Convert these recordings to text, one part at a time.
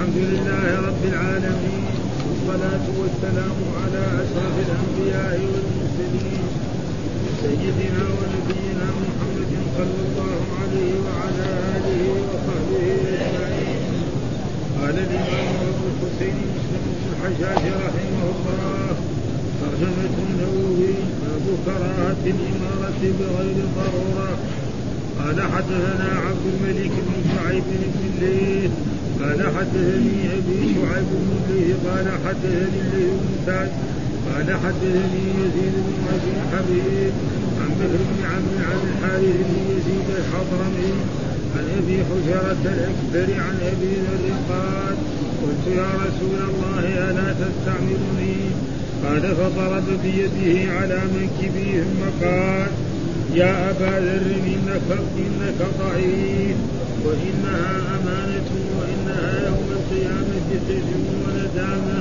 الحمد لله رب العالمين، والصلاة والسلام على أشرف الأنبياء والمرسلين سيدنا ونبينا محمد صلى الله عليه وعلى آله وصحبه أجمعين. قال الإمام أبو الحسين مسلم بن الحجاج رحمه الله: ترجمة النووي باب كراهة الإمارة بغير ضرورة. قال حدثنا عبد الملك بن شعيب بن الليث قال حدثني أبي شعيب بن الليث قال حدثني الليث بن سعد قال حدثني يزيد بن أبي حبيب عن بكر بن عمرو عن الحارث بن يزيد الحضرمي عن أبي حجرة الأكبر عن أبي ذر قال: قلت يا رسول الله ألا تستعملني؟ قال فضرب بيده على منكبه ثم قال: يا أبا ذر إنك ضعيف، وإنها أمانة، وإنها يوم القيامة سجن وندامة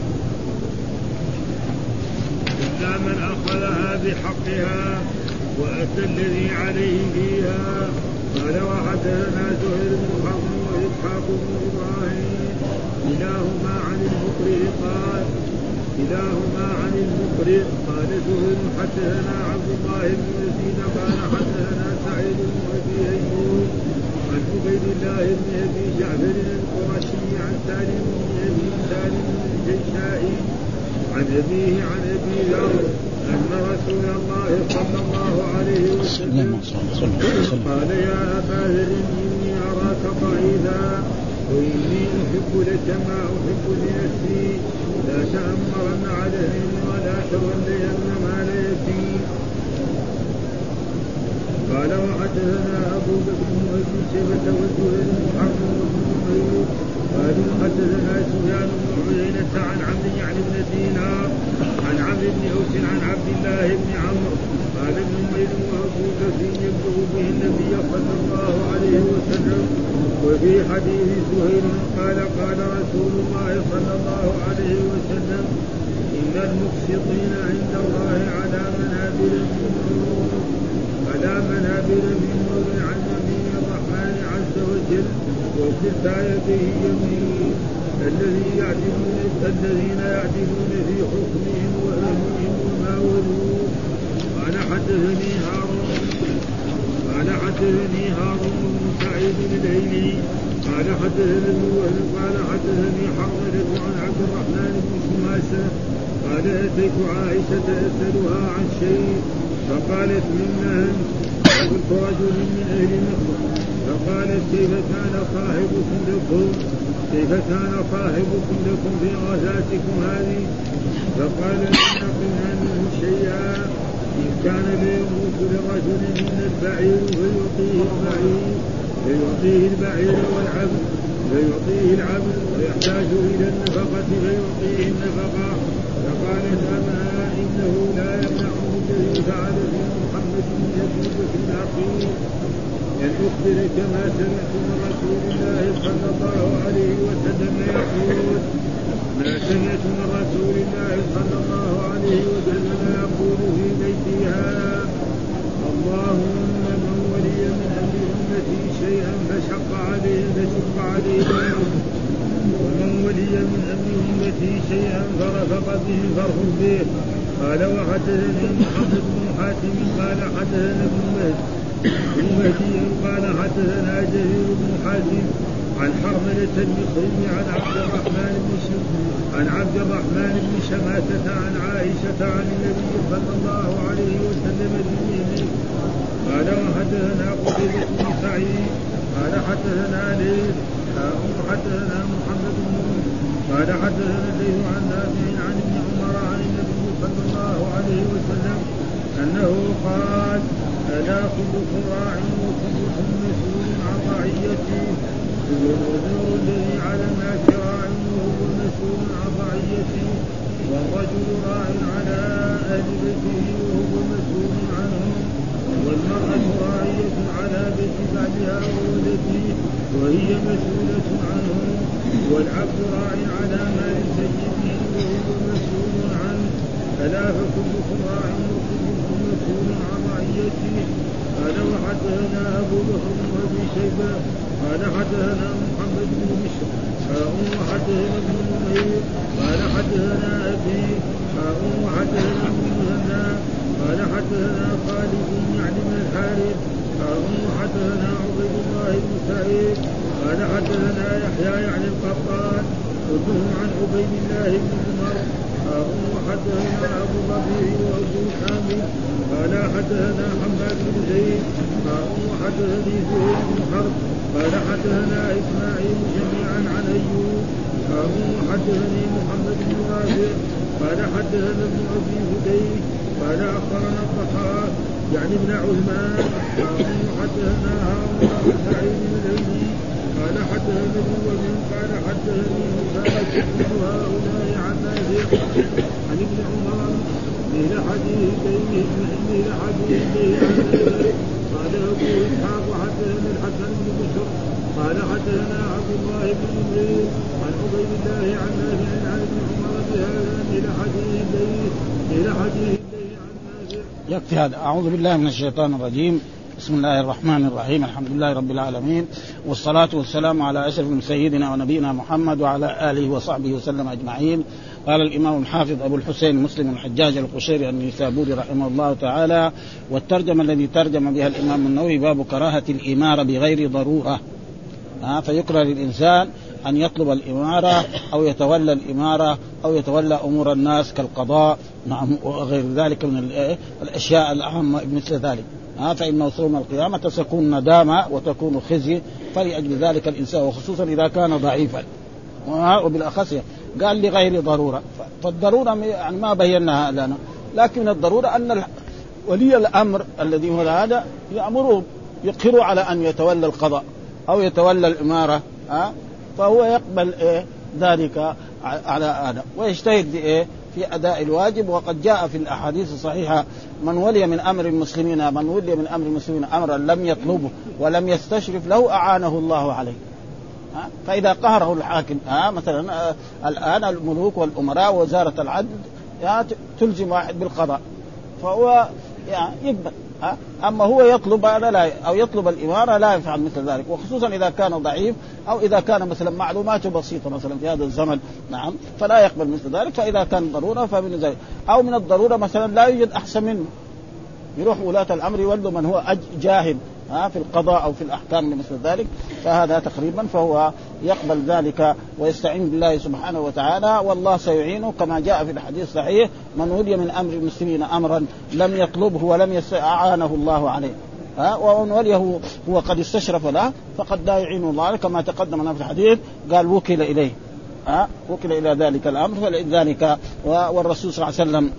إلا من أخذها بحقها وأتى الذي عليه فيها. قال وحدثنا زهير بن حرب وإسحاق بن إبراهيم كلاهما عن المقرئ قال زهير حدثنا عبد الله بن يزيد قال حدثنا سعيد بن أبي أيوب عن عبيد الله بن أبي جعفر القرشي عن سالم بن أبي سالم الجيشائي عن أبيه عن أبي ذر أن رسول الله صلى الله عليه وسلم قال: يا أبا ذر إني أراك ضعيفا، وإني أحب لك ما أحب لنفسي، لا تأمرن عليه ولا تولين مال يتيم. قال وحدثنا أبو بكر بن أبي شيبة وزهير بن حرب بن نمير قالوا حدثنا سفيان بن عيينة عن عمرو يعني بن دينار عن عمرو بن أوس عن عبد الله بن عمرو قال ابن نمير: وأبو بكر يبلغ به النبي صلى الله عليه وسلم. وفي حديث زهير قال: قال رسول الله صلى الله عليه وسلم: إن المقسطين عند الله على منابر من نور عن يمين الرحمن عز وجل، وكلتا يديه يمين، الذين يعدلون في حكمهم وأهلهم وما ولوا. قال حدثني هارون بن سعيد الايلي قال حدثني حرملة عن عبد الرحمن بن شماسة قال: أتيت عائشة أسألها عن شيء فقالت: مما أنت؟ قلت: رجل من أهل مصر. فقالت: كيف كان صاحبكم لكم في غزاتكم هذه؟ فقال: لم نقلنا منه شيئا، إن كان ليموت لرجل من البعير فيعطيه البعير فيعطيه العبد ويحتاج إلى النفقة فيعطيه النفقة. فقالت: أما إنه لا يمنعه الذي فعل في محمد بن يزيد في العقيل أن أخبرك ما سمعت من رسول الله صلى الله عليه وسلم يقول: في بيتي هذا: اللهم من ولي من أمر أمتي شيئا فشق عليه ومن ولي من أمر أمتي شيئا فرفق به فارفق به. قال وحدثني محمد بن حاتم قال حدثنا ابن مهدي قال حدثنا جرير بن حاتم عن حرملة المصري عن عبد الرحمن بن شماسة عن عائشة عن النبي صلى الله عليه وسلم بمثله. قال وحدثنا قتيبة بن سعيد قال حدثنا ليث حدثنا محمد بن قال حدثنا الليث عن نافع عن ابن عمر عن النبي صلى الله عليه وسلم أنه قال: ألا كلكم راع وكلكم مسؤول عن رعيته، والأمور الذي على الناس راع وهو مسؤول عن رعيته، والرجل راع على أهل بيته وهو مسؤول عنهم، والمرأة راعية على بيت بعدها وولده وهي مسؤولة عنهم، والعبد راع على مال سيده وهو مسؤول عنه. ألا فكلكم راع وكلكم مسؤول عن رعيته. قال وحدثنا أبو بكر بن أبي شيبة قال حدثنا محمد بن بشر وحدثنا ابن نمير قال حدثنا أبي وحدثنا ابن مهنا قال حدثنا خالد يعني من الحارث وحدثنا عبيد الله بن سعيد قال حدثنا يحيى يعني القطان كلهم عن عبيد الله بن عمر وحدثنا أبو الربيع وأبو حامد قال حدثنا حماد بن زيد وحدثني زهير بن حرب قال حدثنا إسماعيل جميعا عن أيوب وحدثني محمد بن رافع قال حدثنا ابن أبي هديك قال أخبرنا الضحاك يعني ابن عثمان وحدثنا هارون بن سعيد الأيلي قال حدثنا ابن وهب قال حدثني مساعد بن هؤلاء عن نافع عن ابن عمر مثل حديث قال أبو إسحاق وحدثنا الحسن بن بشر قال حدثنا عبد الله بن نمير عن عبيد الله عن نافع عن ابن عمر بهذا مثل حديث عن نافع. يكفي هذا. أعوذ بالله من الشيطان الرجيم. بسم الله الرحمن الرحيم. الحمد لله رب العالمين والصلاة والسلام على أشرف سيدنا ونبينا محمد وعلى آله وصحبه وسلم أجمعين. قال الإمام الحافظ أبو الحسين مسلم الحجاج القشيري النيسابوري رحمه الله تعالى: والترجمة الذي ترجم بها الإمام النووي باب كراهة الإمارة بغير ضرورة. فيكره للإنسان أن يطلب الإمارة أو يتولى الإمارة أو يتولى أمور الناس كالقضاء وغير ذلك من الأشياء الأهم مثل ذلك. فإنه يوم القيامة تكون ندامة وتكون خزي، فلأجل ذلك الإنسان وخصوصا إذا كان ضعيفا. وبالأخص قال لغير ضرورة، فالضرورة يعني ما بيناها لنا، لكن الضرورة أن ولي الأمر الذي هو هذا يأمره يقر على أن يتولى القضاء أو يتولى الإمارة، فهو يقبل ذلك على هذا ويجتهد في أداء الواجب. وقد جاء في الأحاديث الصحيحة: من ولي من أمر المسلمين أمرا لم يطلبه ولم يستشرف له أعانه الله عليه. فإذا قهره الحاكم مثلا الآن الملوك والأمراء ووزارة العدل تلزم واحد بالقضاء، فهو يقبل. أما هو يطلب أو يطلب الإمارة لا يفعل مثل ذلك، وخصوصا إذا كان ضعيف أو إذا كان مثلا معلوماته بسيطة مثلا في هذا الزمن فلا يقبل مثل ذلك. فإذا كان ضرورة فمن ذلك، أو من الضرورة مثلا لا يوجد أحسن منه، يروح ولاة الأمر يولوا من هو جاهل في القضاء أو في الأحكام مثل ذلك، فهذا تقريبا فهو يقبل ذلك ويستعين بالله سبحانه وتعالى، والله سيعينه كما جاء في الحديث الصحيح: من ولي من أمر المسلمين أمرا لم يطلبه ولم أعانه الله عليه، ومن وليه هو قد استشرف له فقد لا يعين الله عليه، كما تقدم في الحديث قال وكل إليه وكل إلى ذلك الأمر. فلذلك والرسول صلى الله عليه وسلم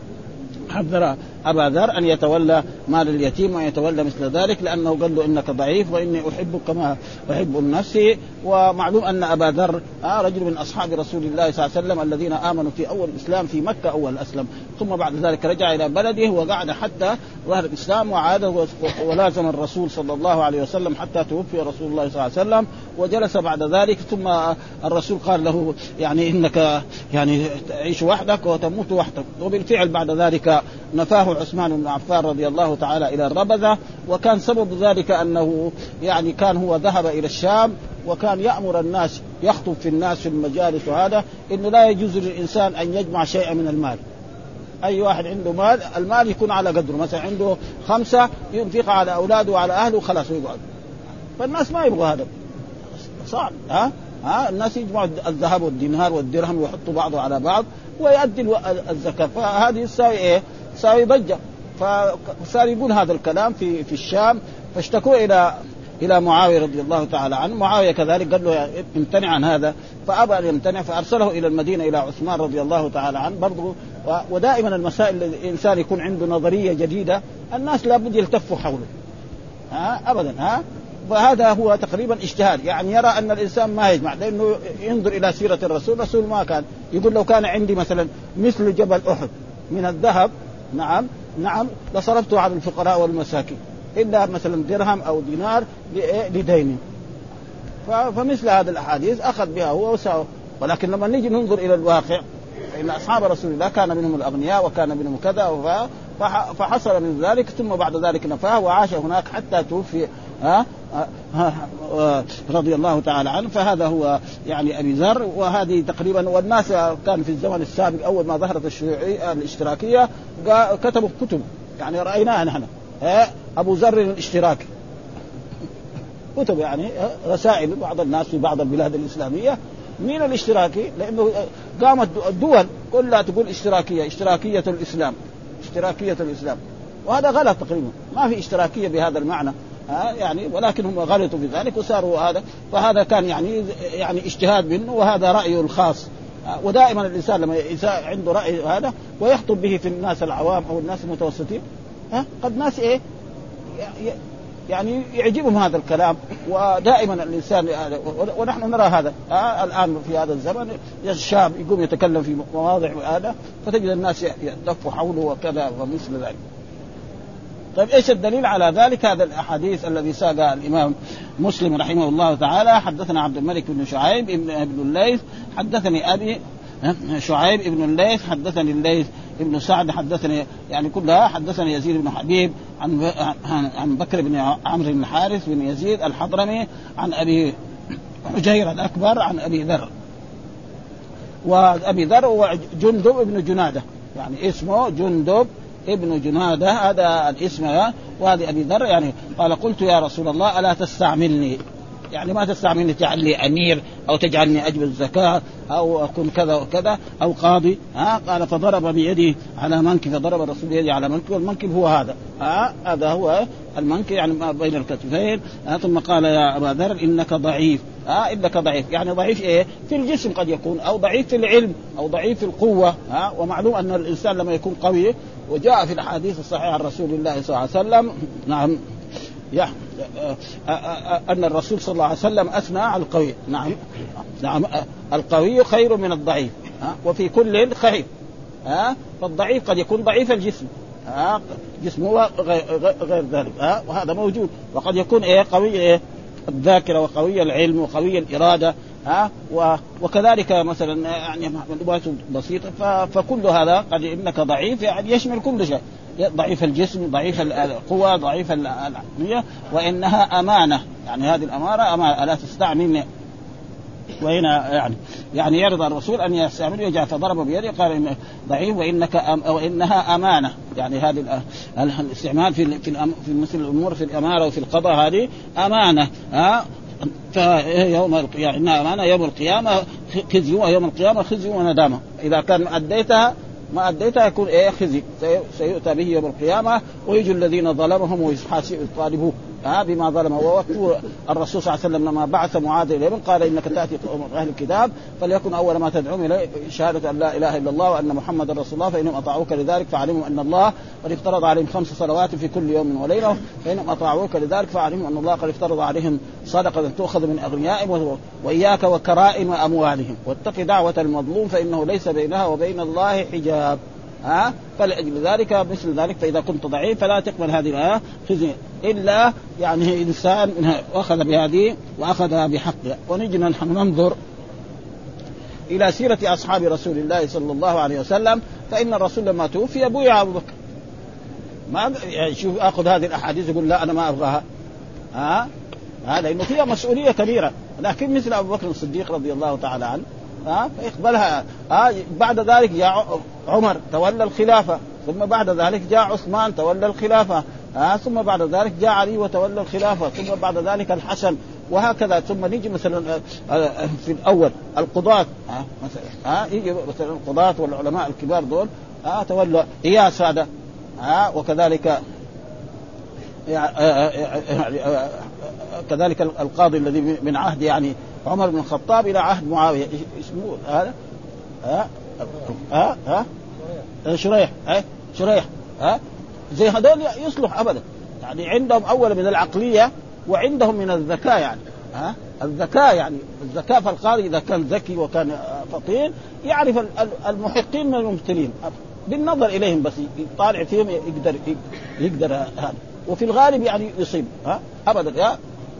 حذر أبا ذر أن يتولى مال اليتيم ويتولى مثل ذلك، لأنه قال له إنك ضعيف وإني أحبك كما أحب النفس. ومعلوم أن أبا ذر رجل من أصحاب رسول الله صلى الله عليه وسلم الذين آمنوا في أول الإسلام في مكة أول أسلم، ثم بعد ذلك رجع إلى بلده وقعد حتى ظهر الإسلام وعاد ولازم الرسول صلى الله عليه وسلم حتى توفي رسول الله صلى الله عليه وسلم، وجلس بعد ذلك. ثم الرسول قال له يعني إنك يعني تعيش وحدك وتموت وحدك، وبالفعل بعد ذلك نفاه عثمان بن عفان رضي الله تعالى إلى الربذة. وكان سبب ذلك أنه يعني كان هو ذهب إلى الشام وكان يأمر الناس يخطب في الناس في المجالس، وهذا إنه لا يجوز للإنسان أن يجمع شيئا من المال. أي واحد عنده مال المال يكون على قدره، مثلا عنده 5 ينفق على أولاده وعلى أهله وخلاص ويقعد. فالناس ما يبغوا هذا، صعب. الناس يجمعوا الذهب والدينار والدرهم ويحطوا بعضه على بعض ويؤدي الزكاة، فهذه يساوي إيه؟ يساوي ضجة. فصار يقول هذا الكلام في الشام، فاشتكوا إلى معاوية رضي الله تعالى عنه. معاوية كذلك قال له امتنع عن هذا، فأبى أن يمتنع، فأرسله إلى المدينة إلى عثمان رضي الله تعالى عنه برضه. ودائما المسائل الإنسان يكون عنده نظرية جديدة الناس لابد يلتفوا حوله أبدا. فهذا هو تقريبا اجتهاد، يعني يرى أن الإنسان ما يجمع، لأنه ينظر إلى سيرة الرسول ما كان يقول لو كان عندي مثلا مثل جبل أحد من الذهب نعم لصرفته على الفقراء والمساكين، إلا مثلا درهم أو دينار لدين. فمثل هذا الأحاديث أخذ بها هو وساوى. ولكن لما نيجي ننظر إلى الواقع فإن أصحاب رسول الله كان منهم الأغنياء وكان منهم كذا فحصل من ذلك، ثم بعد ذلك نفاه وعاش هناك حتى توفي رضي الله تعالى عنه. فهذا هو يعني أبي ذر. وهذه تقريبا والناس كان في الزمن السابق أول ما ظهرت الشيوعية الاشتراكية كتبوا كتب يعني رأيناها نحن أبو ذر الاشتراكي كتب يعني رسائل بعض الناس في بعض البلاد الإسلامية. مين الاشتراكي؟ لأنه قامت الدول كلها تقول اشتراكية الإسلام اشتراكية الإسلام وهذا غلط تقريبا ما في اشتراكية بهذا المعنى يعني ولكن هم غلطوا بذلك وصاروا هذا. فهذا كان يعني اجتهاد منه وهذا رأيه الخاص. ودائما الإنسان لما عنده رأي هذا ويخطب به في الناس العوام أو الناس المتوسطين قد ناس يعني يعجبهم هذا الكلام. ودائما الإنسان ونحن نرى هذا الآن في هذا الزمن الشاب يقوم يتكلم في مواضع هذا فتجد الناس يدفوا حوله وكذا ومثل ذلك. طيب إيش الدليل على ذلك؟ هذا الأحاديث الذي ساق الإمام مسلم رحمه الله تعالى. حدثنا عبد الملك بن شعيب ابن الليث حدثني أبي شعيب ابن الليث حدثني الليث ابن سعد حدثني يعني كلها. حدثني يزيد بن حبيب عن بكر بن عمرو بن حارث بن يزيد الحضرمي عن أبي حجير الأكبر عن أبي ذر. وأبي ذر هو جندب ابن جنادة يعني اسمه جندب ابن جنادة هذا الاسم. وهذا أبي ذر يعني قال قلت يا رسول الله ألا تستعملني يعني ما تستعملني تجعل لي أمير أو تجعلني أجب الزكاة أو أكون كذا وكذا أو قاضي. قال فضرب بيدي على منكب فضرب الرسول بيدي على منكب والمنكب هو هذا هذا هو المنكب يعني ما بين الكتفين. ثم قال يا أبا ذر إنك ضعيف إنك ضعيف يعني ضعيف في الجسم قد يكون أو ضعيف في العلم أو ضعيف في القوة. ومعلوم أن الإنسان لما يكون قوي وجاء في الحديث الصحيح عن رسول الله صلى الله عليه وسلم نعم أن الرسول صلى الله عليه وسلم أثنى على القوي. نعم القوي خير من الضعيف وفي كل خير. فالضعيف قد يكون ضعيف الجسم جسمه غير ذلك وهذا موجود. وقد يكون قوي الذاكرة وقوي العلم وقوي الإرادة وكذلك مثلا يعني معلومات بسيطة. فكل هذا قد إنك ضعيف يعني يشمل كل شيء ضعيف الجسم ضعيف القوة ضعيف العقلية. وإنها أمانة يعني هذه الأمارة أمانة ألا تستعملني. وهنا يعني يرضى الرسول أن يستعمل يجعل فضرب بيده قال إن ضعيف وإنها أمانة يعني هذه الاستعمال في مثل الأمور في الأمارة وفي القضاء هذه أمانة. فيوم القيامة إنها أمانة يوم القيامة خزي ويوم القيامة خزي وندامة. إذا كان ما أديتها يكون خزي سيؤتى به يوم القيامة ويجي الذين ظلمهم ويطالبوه بما ظلموا. ووقت الرسول صلى الله عليه وسلم لما بعث معاذ إليهم قال إنك تأتي أهل الكتاب فليكن أول ما تدعوهم إليه شهادة أن لا إله إلا الله وأن محمد رسول الله فإنهم أطاعوك لذلك فعلموا أن الله قد افترض عليهم 5 صلوات في كل يوم وليلة فإنهم أطاعوك لذلك فعلموا أن الله قد افترض عليهم صدقة تؤخذ من أغنيائهم وإياك وكرائم أموالهم واتق دعوة المظلوم فإنه ليس بينها وبين الله حجاب. فلأجل ذلك مثل ذلك فإذا كنت ضعيف فلا تقبل هذه الآية خزي إلا يعني إنسان أخذ بهذه وأخذها بحقها. ونجي نحن ننظر إلى سيرة أصحاب رسول الله صلى الله عليه وسلم. فإن الرسول لما توفي أبويا أبو بكر ما شوف أخذ هذه الأحاديث يقول لا أنا ما أبغاها لأنه فيها مسؤولية كبيرة. لكن مثل أبو بكر الصديق رضي الله تعالى عنه فيقبلها. بعد ذلك جاء عمر تولى الخلافة ثم بعد ذلك جاء عثمان تولى الخلافة ثم بعد ذلك جاء علي وتولى الخلافة ثم بعد ذلك الحسن وهكذا. ثم نيجي مثلا في الأول القضاة يجي مثلا القضاة والعلماء الكبار دول تولى إياس هذا وكذلك كذلك القاضي الذي من عهد يعني عمر بن الخطاب إلى عهد معاوية اسمه هذا شريح زي هذول يصلح أبدا يعني عندهم أولا من العقلية وعندهم من الذكاء يعني الذكاء يعني الذكاء. فالقاضي إذا كان ذكي وكان فطين يعرف المحقين من المبتلين بالنظر إليهم بس يطالع فيهم يقدر هذا. وفي الغالب يعني يصيب أبدا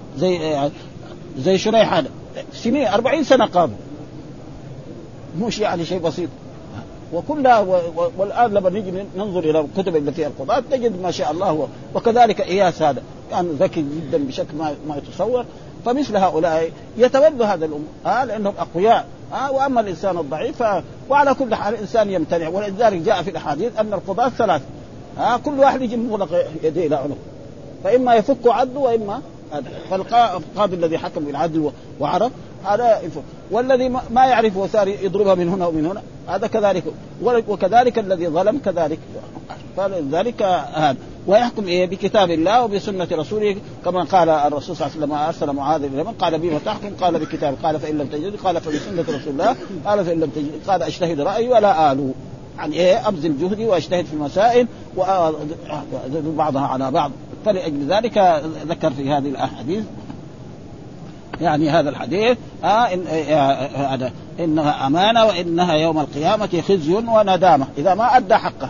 زي شريح هذا سنين 40 سنة قاضي مش يعني شيء بسيط. وكلها والآن لما نيجي ننظر إلى الكتب التي فيها القضاة تجد ما شاء الله وكذلك إياس هذا كان ذكي جدا بشكل ما يتصور. فمثل هؤلاء يتولوا هذا الأمر لأنهم أقوياء. وأما الإنسان الضعيف وعلى كل حال الإنسان يمتنع. ولذلك جاء في الأحاديث أن القضاة ثلاث، كل واحد يجي مغلق يديه إلى عنق، فإما يفك عدله وإما فالقاضي الذي حكم بالعدل وعرف هذا يفك، والذي ما يعرف وصار يضربها من هنا ومن هنا هذا كذلك، وكذلك الذي ظلم كذلك. فلذلك هذا ويحكم بكتاب الله وبسنة رسوله، كما قال الرسول صلى الله عليه وسلم أرسل معاذ إلى اليمن قال بما تحكم؟ قال بكتاب. قال فإن لم تجد؟ قال فبسنة رسول الله. قال فإن لم تجد؟ قال أجتهد رأيي ولا آلو، يعني أبذل جهدي وأجتهد في المسائل وأزد بعضها على بعض. فلأجل ذلك ذكر في هذه الأحاديث يعني هذا الحديث إنها أمانة وإنها يوم القيامة خزي وندامة إذا ما أدى حقه.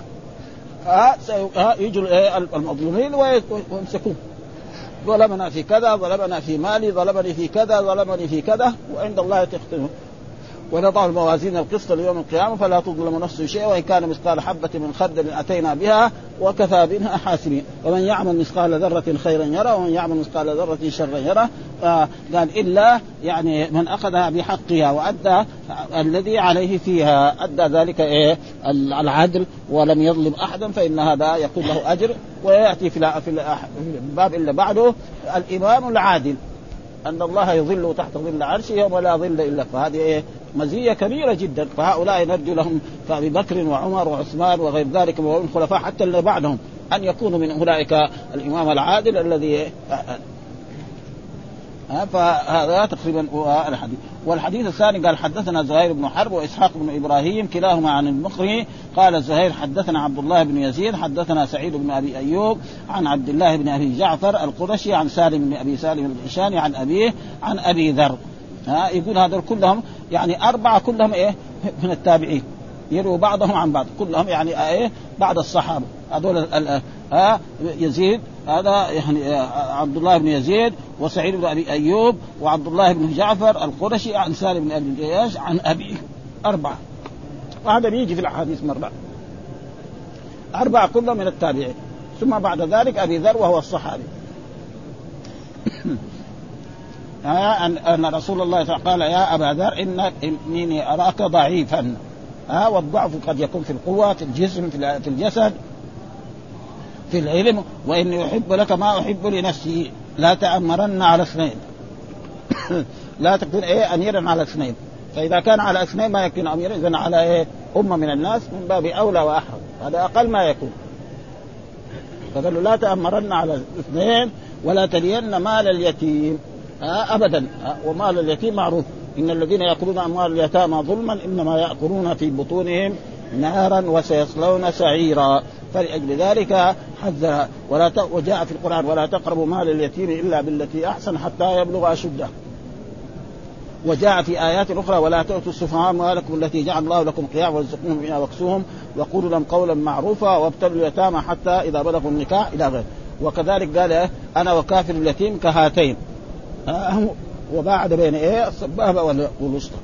يجوا المظلومين ويمسكون، ظلمنا في كذا، ظلمنا في مالي، ظلمني في كذا، ظلمني في كذا، وعند الله تختمه. ونضع الموازين القسط ليوم القيامة فلا تظلم نفس شيء وإن كان مثقال حبة من خردل أتينا بها وكفى بنا حاسبين. ومن يعمل مثقال ذرة خيرا يره ومن يعمل مثقال ذرة شرا يره. قال إلا يعني من أخذها بحقها وأدى الذي عليه فيها، أدى ذلك العدل ولم يظلم أحدا، فإن هذا يكون له أجر. ويأتي في الباب إلا بعده الإمام العادل أن الله يظل تحت ظل عرشه يوم لا ظل إلا. فهذه مزية كبيرة جدا. فهؤلاء نرجو لهم فأبي بكر وعمر وعثمان وغير ذلك ومن الخلفاء حتى اللي بعدهم أن يكونوا من أولئك الإمام العادل الذي فهذا تقريبا الحديث. والحديث الثاني قال حدثنا زهير بن حرب وإسحاق بن إبراهيم كلاهما عن المقري قال زهير حدثنا عبد الله بن يزيد حدثنا سعيد بن أبي أيوب عن عبد الله بن أبي جعفر القرشي عن سالم بن أبي سالم الحشاني عن أبيه عن أبي ذر. يقول هذول كلهم يعني أربعة كلهم من التابعين يرووا بعضهم عن بعض، كلهم يعني بعض الصحابة. هذول يزيد هذا يعني عبد الله بن يزيد وسعيد بن أبي أيوب وعبد الله بن جعفر القرشي عن سالم بن أبي جياش عن أبيه، أربعة. وهذا بيجي في الحديث مرة أربعة كلهم من التابعين. ثم بعد ذلك أبي ذر وهو الصحابي أن رسول الله قال يا أبا ذر إني أراك ضعيفا. والضعف قد يكون في القوة، في الجسم، في الجسد، في العلم، وإني أحب لك ما أحب لنفسي لا تأمرن على اثنين لا تكون أميرا على اثنين. فإذا كان على اثنين ما يكون أميرا، إذن على أمة من الناس من باب أولى وأحرى، هذا أقل ما يكون. فقالوا لا تأمرن على اثنين ولا تلين مال اليتيم أبدا. ومال اليتيم معروف، إن الذين يأكلون أموال اليتامى ظلما إنما يأكلون في بطونهم نارا وسيصلون سعيرا. فلأجل ذلك حذر وجاء في القرآن ولا تقربوا مال اليتيم إلا بالتي أحسن حتى يبلغ أشده. وجاء في آيات أخرى ولا تؤتوا السفهاء أموالكم التي جعل الله لكم قياما وارزقوهم منها واكسوهم وقولوا لهم قولا معروفا وابتلوا اليتامى حتى إذا بلغوا النكاح إلى غيره. وكذلك قال أنا وكافر اليتيم كهاتين، وباعد بين السبابة والوسطى.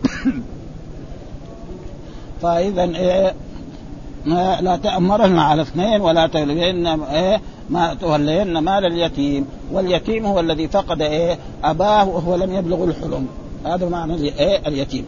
فإذا لا تأمرن على اثنين ولا تولين ما تولين مال اليتيم. واليتيم هو الذي فقد أباه وهو لم يبلغ الحلم، هذا معنى اليتيم.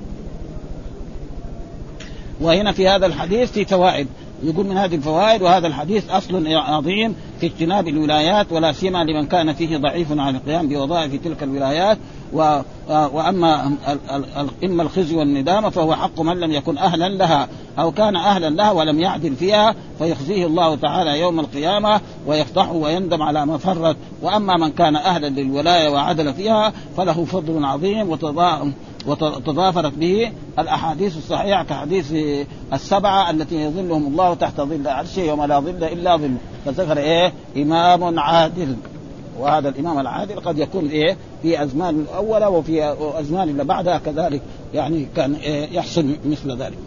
وهنا في هذا الحديث في فوائد، يقول من هذه الفوائد وهذا الحديث أصل عظيم في اجتناب الولايات ولا سيما لمن كان فيه ضعيف عن القيام بوظائف تلك الولايات. وأما إما الخزي والندامة فهو حق من لم يكن أهلا لها أو كان أهلا لها ولم يعدل فيها فيخزيه الله تعالى يوم القيامة ويفضحه ويندم على ما فرط. وأما من كان أهلا للولاية وعدل فيها فله فضل عظيم وتضافرت به الأحاديث الصحيحة كحديث السبعة التي يظلهم الله تحت ظل عرشه يوم لا ظل إلا ظل. فذكر إمام عادل، وهذا الإمام العادل قد يكون في أزمان الأولى وفي أزمان اللي بعدها كذلك، يعني كان يحصل مثل ذلك.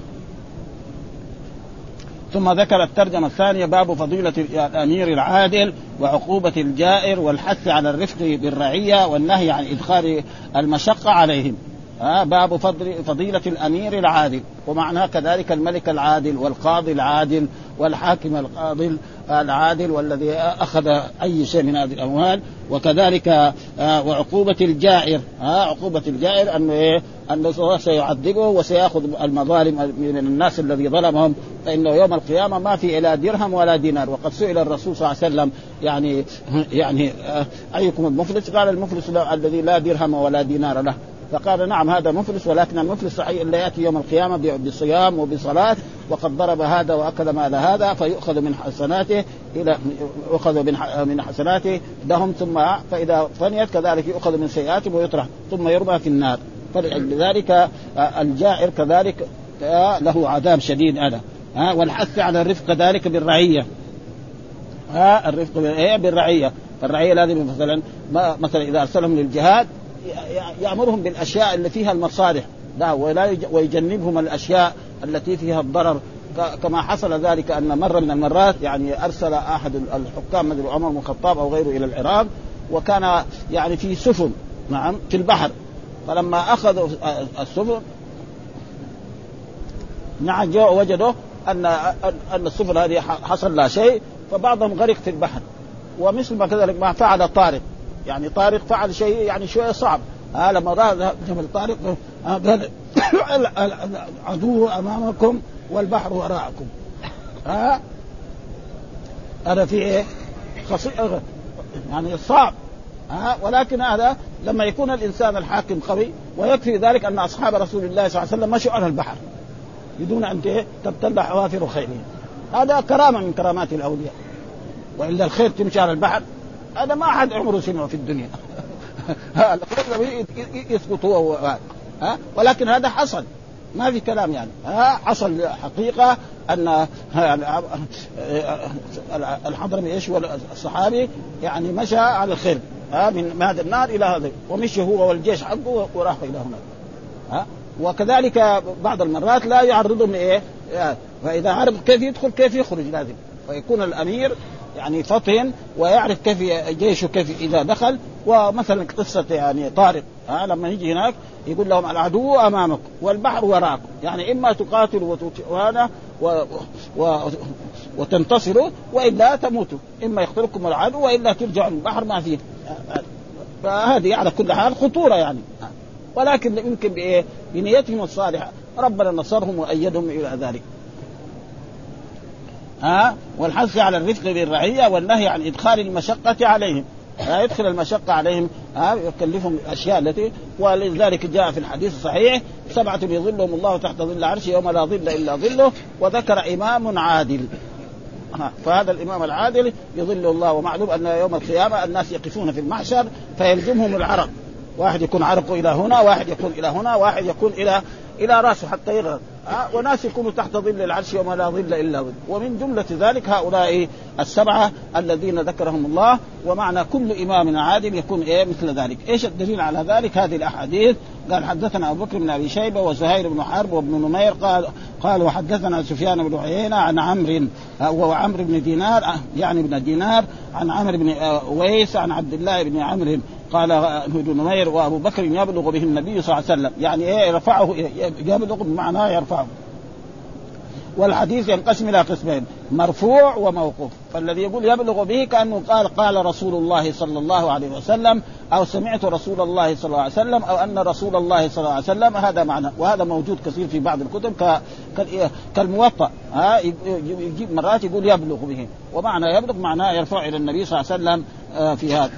ثم ذكر الترجمة الثانية باب فضيلة الأمير العادل وعقوبة الجائر والحث على الرفق بالرعية والنهي عن إدخال المشقة عليهم. باب فضيلة الأمير العادل، ومعناه كذلك الملك العادل والقاضي العادل والحاكم العادل والذي أخذ أي شيء من هذه الأموال. وكذلك وعقوبة الجائر، عقوبة الجائر أنه سيعذبه وسيأخذ المظالم من الناس الذي ظلمهم، فإنه يوم القيامة ما في إلا درهم ولا دينار. وقد سئل الرسول صلى الله عليه وسلم يعني أيكم المفلس؟ قال المفلس الذي لا درهم ولا دينار له. فقال نعم هذا مفلس، ولكن المفلس صحيح اللي يأتي يوم القيامة بصيام وبصلاة وقد ضرب هذا وأكل مال هذا، فيؤخذ من حسناته من حسناته لهم، ثم فإذا فنيت كذلك يؤخذ من سيئاتهم ويطرح ثم يرمى في النار. فلذلك الجائر كذلك له عذاب شديد هذا. والحث على الرفق كذلك بالرعية، الرفق بالرعية. فالرعية لازم مثلا إذا أرسلهم للجهاد يأمرهم بالأشياء اللي فيها المصالح ويجنبهم الأشياء التي فيها الضرر، كما حصل ذلك أن مرة من المرات يعني أرسل أحد الحكام مثل عمر بن الخطاب أو غيره إلى العراق، وكان يعني في سفن في البحر، فلما أخذوا السفن وجدوا أن السفن هذه حصل لها شيء، فبعضهم غرق في البحر. ومثل ما كذلك ما فعل طارق، يعني طارق فعل شيء يعني شوية صعب. لما رأى جبل طارق قال العدو أمامكم والبحر وراءكم. هذا فيه يعني صعب. ولكن هذا لما يكون الإنسان الحاكم قوي، ويكفي ذلك أن أصحاب رسول الله صلى الله عليه وسلم مشوا على البحر بدون أن تبتلع حوافر خيرهم. هذا كرامة من كرامات الأولياء، وإلا الخير تمشي على البحر هذا ما أحد عمره سمعه في الدنيا. يسقطوا ولكن هذا حصل، ما في كلام يعني. حصل حقيقة أن الحضرمي إيش والصحابي يعني مشى على الخير من هذا النار إلى هذا، ومشي هو والجيش حقه وراح إلى هناك. وكذلك بعض المرات لا يعرضهم فإذا عرف كيف يدخل كيف يخرج، لازم فيكون الأمير يعني فطن ويعرف كيف جيشه كيف إذا دخل. ومثلا قصة يعني طارق لما يجي هناك يقول لهم العدو أمامكم والبحر وراءكم، يعني إما تقاتلوا وتنتصروا وإلا تموتوا، إما يقتلكم العدو وإلا ترجعوا البحر ما فيه. فهذه على كل حال خطورة يعني، ولكن يمكن بنيتهم الصالحة ربنا نصرهم وأيدهم إلى ذلك. والحث على الرفق بالرعية والنهي عن إدخال المشقة عليهم، لا يدخل المشقة عليهم يكلفهم الأشياء التي. ولذلك جاء في الحديث الصحيح 7 يظلهم الله تحت ظل عرشه يوم لا ظل إلا ظله، وذكر إمام عادل. فهذا الإمام العادل يظل الله. ومعلوم أن يوم القيامة الناس يقفون في المحشر فيلزمهم العرق، واحد يكون عرقه إلى هنا، واحد يكون إلى هنا، واحد يكون إلى رأسه حتى يغرق. وناس يكونوا تحت ظل العرش يوم لا ظل إلا ظل. ومن جملة ذلك هؤلاء 7 الذين ذكرهم الله. ومعنى كل إمام عادل يكون مثل ذلك. إيش الدليل على ذلك؟ هذه الأحاديث. قال حدثنا أبو بكر بن أبي شيبة وزهير بن حرب وابن نمير قال وحدثنا سفيان بن عيينة عن عمرو بن دينار يعني بن دينار عن عمرو بن ويس عن عبد الله بن عمرو قال ابن نمير وأبو بكر يبلغ به النبي صلى الله عليه وسلم، يعني يرفعه، يبلغ بمعنى يرفعه. والحديث ينقسم إلى قسمين، مرفوع وموقوف. فالذي يقول يبلغ به كأنه قال رسول الله صلى الله عليه وسلم، أو سمعت رسول الله صلى الله عليه وسلم، أو أن رسول الله صلى الله عليه وسلم. هذا معنى، وهذا موجود كثير في بعض الكتب كالموطأ. يجيب مرات يقول يبلغ به، ومعنى يبلغ معناه يرفع إلى النبي صلى الله عليه وسلم في هذا.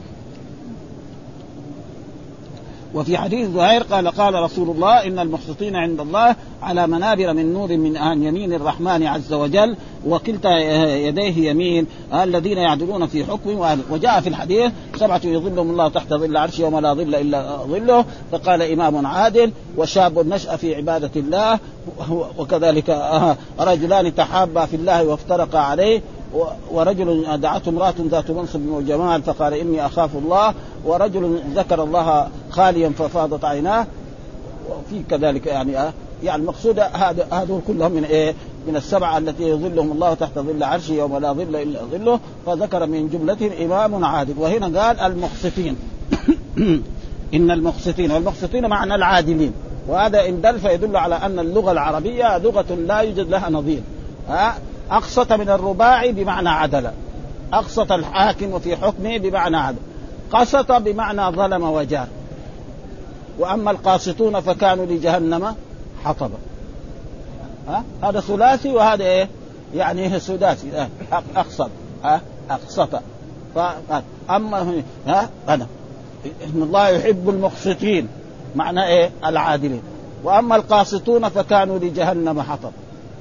وفي حديث زهير قال رسول الله إن المقسطين عند الله على منابر من نور من يمين الرحمن عز وجل، وكلتا يديه يمين، الذين يعدلون في حكمه. وجاء في الحديث 7 يظلهم الله تحت ظل عرشه يوم لا ظل إلا ظله. فقال إمام عادل، وشاب نشأ في عبادة الله، وكذلك رجلان تحابا في الله وافترقا عليه، ورجل دعته امرأة ذات منصب وجمال فقال إني أخاف الله، ورجل ذكر الله خاليا ففاضت عيناه. وفي كذلك يعني المقصود هذول كلهم من 7 التي يظلهم الله تحت ظل عرشه يوم لا ظل إلا ظله. فذكر من جملتهم إمام عادل. وهنا قال المقسطين إن المقسطين، والمقسطين معنى العادلين، وهذا إن دل فيدل على أن اللغة العربية لغة لا يوجد لها نظير. أقسط من الرباعي بمعنى عدل، أقسط الحاكم في حكمه بمعنى عدل، قسط بمعنى ظلم وجار. وأما القاسطون فكانوا لجهنم حطبا. هذا ثلاثي وهذا إيه يعني سداسي. أقسط أقسط. أما أنا إن الله يحب المقسطين معنى إيه العادلين. وأما القاسطون فكانوا لجهنم حطب.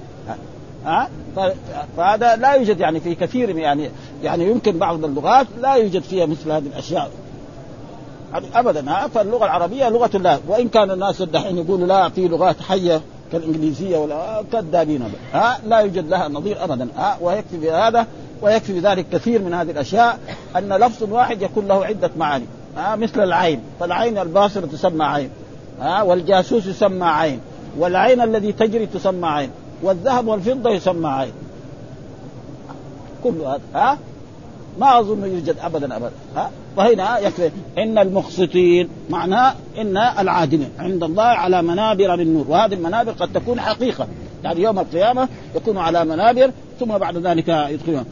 فهذا لا يوجد يعني في كثير يعني يمكن بعض اللغات لا يوجد فيها مثل هذه الأشياء أبدا. فاللغة العربية لغة الله، وإن كان الناس الدحين يقولوا لا في لغات حية كالإنجليزية ولا كذابين، لا يوجد لها نظير أبدا. ويكفي بهذا ويكفي بذلك كثير من هذه الأشياء أن لفظ واحد يكون له عدة معاني. مثل العين، فالعين الباصرة تسمى عين، والجاسوس يسمى عين، والعين الذي تجري تسمى عين، والذهب والفضة يسمى عين. كل هذا ما أظن يوجد أبدا. فهنا يكفي إن المقسطين معناه إن العادلين عند الله على منابر من نور. وهذه المنابر قد تكون حقيقة، يعني يوم القيامة يكون على منابر ثم بعد ذلك يدخلون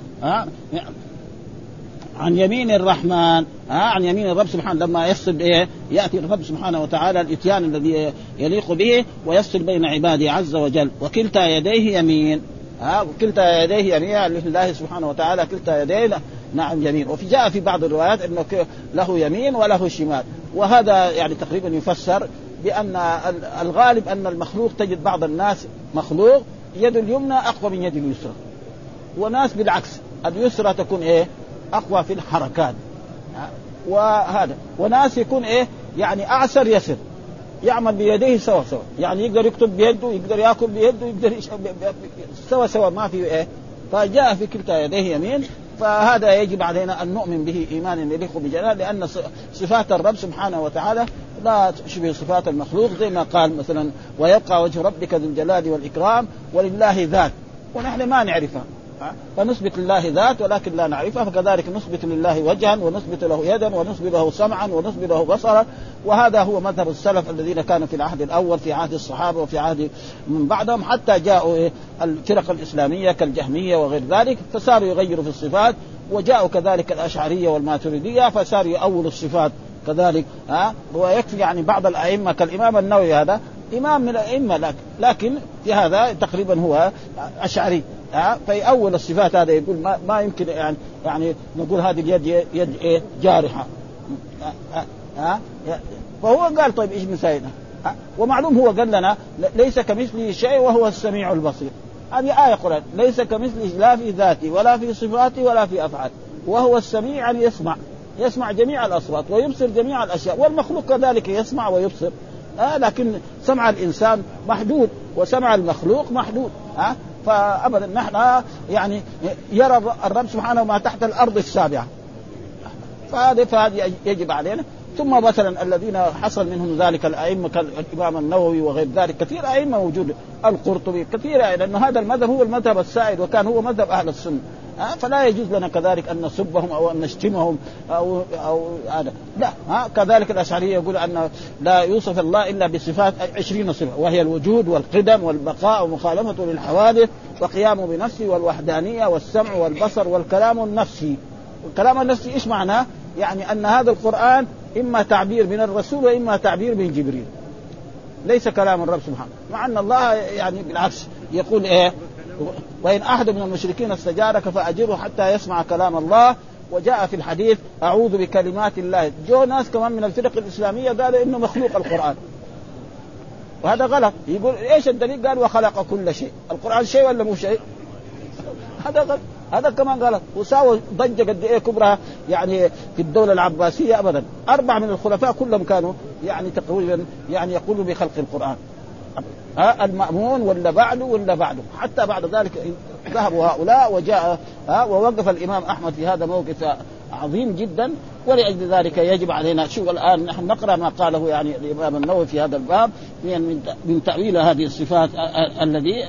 عن يمين الرحمن. عن يمين الرب سبحانه، لما يفصل يأتي الرب سبحانه وتعالى الإتيان الذي يليق به ويفصل بين عباده عز وجل. وكلتا يديه يمين. وكلتا يديه يمين لله سبحانه وتعالى، كلتا يديه نعم يمين. وفي جاء في بعض الروايات انه له يمين وله شمال، وهذا يعني تقريبا يفسر بان الغالب ان المخلوق تجد بعض الناس مخلوق يد اليمنى اقوى من يد اليسرى، وناس بالعكس اليسرى تكون اقوى في الحركات، وهذا وناس يكون يعني اعسر يسر، يعمل بيديه سوا سوا، يعني يقدر يكتب بيده، يقدر ياكل بيده، يقدر سوا سوا ما في فجاء في كلتا يديه يمين. فهذا يجب علينا أن نؤمن به إيمانا يليق بجلاله، لأن صفات الرب سبحانه وتعالى لا تشبه صفات المخلوق، زي ما قال مثلا ويبقى وجه ربك ذو الجلال والإكرام ولله ذات، ونحن ما نعرفها، فنثبت لله ذات ولكن لا نعرفها. فكذلك نثبت لله وجها ونثبت له يدا ونثبت له سمعا ونثبت له بصرا. وهذا هو مذهب السلف الذين كانوا في العهد الأول في عهد الصحابة وفي عهد من بعدهم، حتى جاءوا الفرق الإسلامية كالجهمية وغير ذلك فصاروا يغيروا في الصفات، وجاءوا كذلك الأشعرية والماتريدية فصاروا يؤولوا الصفات كذلك. ويكفي يعني بعض الأئمة كالإمام النووي، هذا إمام من الأئمة لكن في هذا تقريبا هو أشعري، فيأول الصفات. هذا يقول ما يمكن يعني نقول هذه اليد يد جارحة، فهو قال طيب إيش مسايدنا؟ ومعلوم هو قال لنا ليس كمثله شيء وهو السميع البصير. هذه آية قرآن، ليس كمثله لا في ذاته ولا في صفاته ولا في أفعاله، وهو السميع يعني يسمع جميع الأصوات ويبصر جميع الأشياء، والمخلوق كذلك يسمع ويبصر، لكن سمع الإنسان محدود وسمع المخلوق محدود. فأبدا نحن يعني يرى الرب سبحانه ما تحت الأرض السابعة، فهذه يجب علينا. ثم مثلا الذين حصل منهم ذلك الأئمة كالإمام النووي وغير ذلك، كثير أئمة موجود، القرطبي كثير، لأن هذا المذهب هو المذهب السائد وكان هو مذهب أهل السنة. فلا يجوز لنا كذلك أن نسبهم أو أن نشتمهم أو هذا لا. كذلك الأشعرية يقول أن لا يوصف الله إلا بصفات 20 صفة، وهي الوجود والقدم والبقاء ومخالفته للحوادث وقيامه بنفسه والوحدانية والسمع والبصر والكلام النفسي. والكلام النفسي إيش معناه؟ يعني أن هذا القرآن إما تعبير من الرسول وإما تعبير من جبريل، ليس كلام الرب سبحانه، مع أن الله يعني بالعكس يقول وإن أحد من المشركين استجارك فأجره حتى يسمع كلام الله. وجاء في الحديث أعوذ بكلمات الله. جو ناس كمان من الفرق الإسلامية قالوا إنه مخلوق القرآن، وهذا غلط. يقول إيش الدليل؟ قال وخلق كل شيء. القرآن شيء ولا مو شيء؟ هذا غلط، هذا كمان غلط. وساووا ضجة قد إيه كبرى يعني في الدولة العباسية. أبدا 4 من الخلفاء كلهم كانوا يعني تقريبا يعني يقولوا بخلق القرآن، المأمون ولا بعده حتى بعد ذلك ذهبوا هؤلاء وجاء ووقف الإمام أحمد في هذا موقف عظيم جدا. ولأجل ذلك يجب علينا شو الآن نحن نقرأ ما قاله يعني الإمام النووي في هذا الباب من تأويل هذه الصفات الذي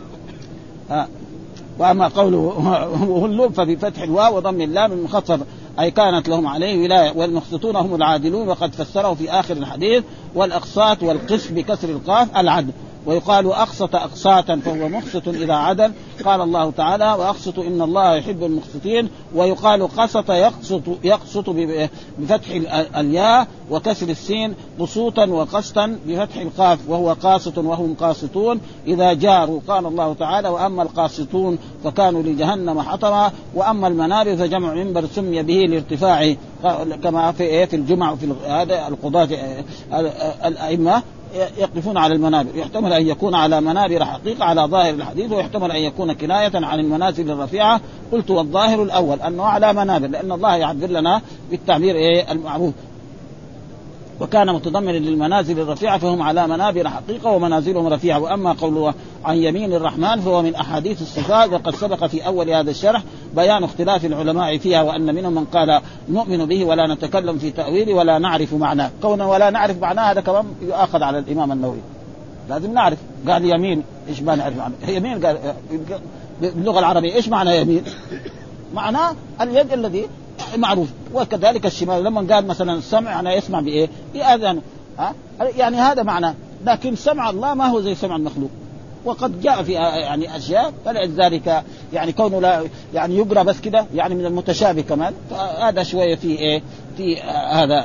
وأما قوله اللب فبفتح الواو وضم اللام المخفف أي كانت لهم عليه ولاية. والمقسطون هم العادلون، وقد فسره في آخر الحديث. والأقساط والقسط بكسر القاف العدل. ويقال أقسط أقساطا فهو مقسط إذا عدل. قال الله تعالى وأقسط إن الله يحب المقسطين. ويقال قسط يقسط بفتح الياء وكسر السين، قسوطا وقسطا بفتح القاف، وهو قاسط وهم قاسطون إذا جاروا. قال الله تعالى وأما القاسطون فكانوا لجهنم حطبا. وأما المنابر فجمع منبر سمي به لارتفاعه، كما في الجمع في هذا القضاة الأئمة يقفون على المنابر. يحتمل أن يكون على منابر حقيقة على ظاهر الحديث، ويحتمل أن يكون كناية عن المنازل الرفيعة. قلت والظاهر الأول أنه على منابر، لأن الله يعبر لنا بالتعبير المعروف، وكان متضمنا للمنازل الرفيعة فهم على منابر حقيقة ومنازلهم رفيعة. وأما قوله عن يمين الرحمن فهو من أحاديث الصفات، وقد سبق في أول هذا الشرح بيان اختلاف العلماء فيها، وأن منهم من قال نؤمن به ولا نتكلم في تأويله ولا نعرف معناه. كونه ولا نعرف معناه هذا كمان يؤخذ على الإمام النووي، لازم نعرف. قال يمين إيش ما نعرف معناه؟ يمين قال باللغة العربية إيش معنى يمين؟ معناه اليد الذي معروف. وكذلك الشمال لما قال مثلا السمع أنا يسمع بإيه؟ بآذانه، يعني هذا معناه. لكن سمع الله ما هو زي سمع المخلوق، وقد جاء في يعني أشياء. فلذلك يعني كونه لا يعني يقرأ بس كده يعني من المتشابه كمان، هذا شوية في إيه في هذا.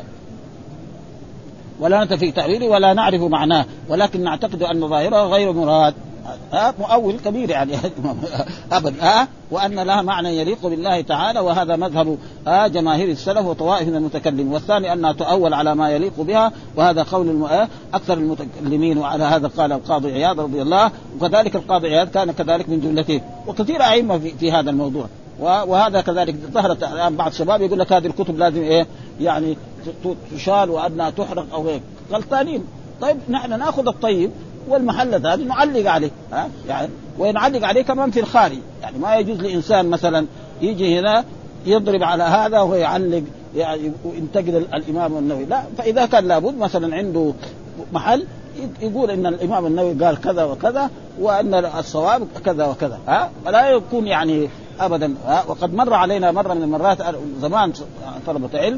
ولا نتفق تأويله ولا نعرف معناه، ولكن نعتقد أن ظاهره غير مراد. مؤول كبير يعني أبدا. وأن لها معنى يليق بالله تعالى، وهذا مذهب جماهير السلف وطوائف من المتكلمين. والثاني أنها تؤول على ما يليق بها، وهذا قول أكثر المتكلمين. وعلى هذا قال القاضي عياض رضي الله، وكذلك القاضي عياض كان كذلك من جملته، وكثير أئمة في هذا الموضوع. وهذا كذلك ظهرت الآن بعض الشباب يقول لك هذه الكتب لازم يعني تشال وأنها تحرق أو هيك، غلطانين. طيب نحن نأخذ الطيب والمحل هذا نعلق عليه، يعني ونعلق عليه كمان في الخارج. يعني ما يجوز لإنسان مثلا يجي هنا يضرب على هذا وهو يعلق يعني وينتقد الإمام النووي، لا. فإذا كان لابد مثلا عنده محل يقول إن الإمام النووي قال كذا وكذا، وأن الصواب كذا وكذا، ولا يكون يعني أبدا. وقد مر علينا مرة من المرات زمان طلبة علم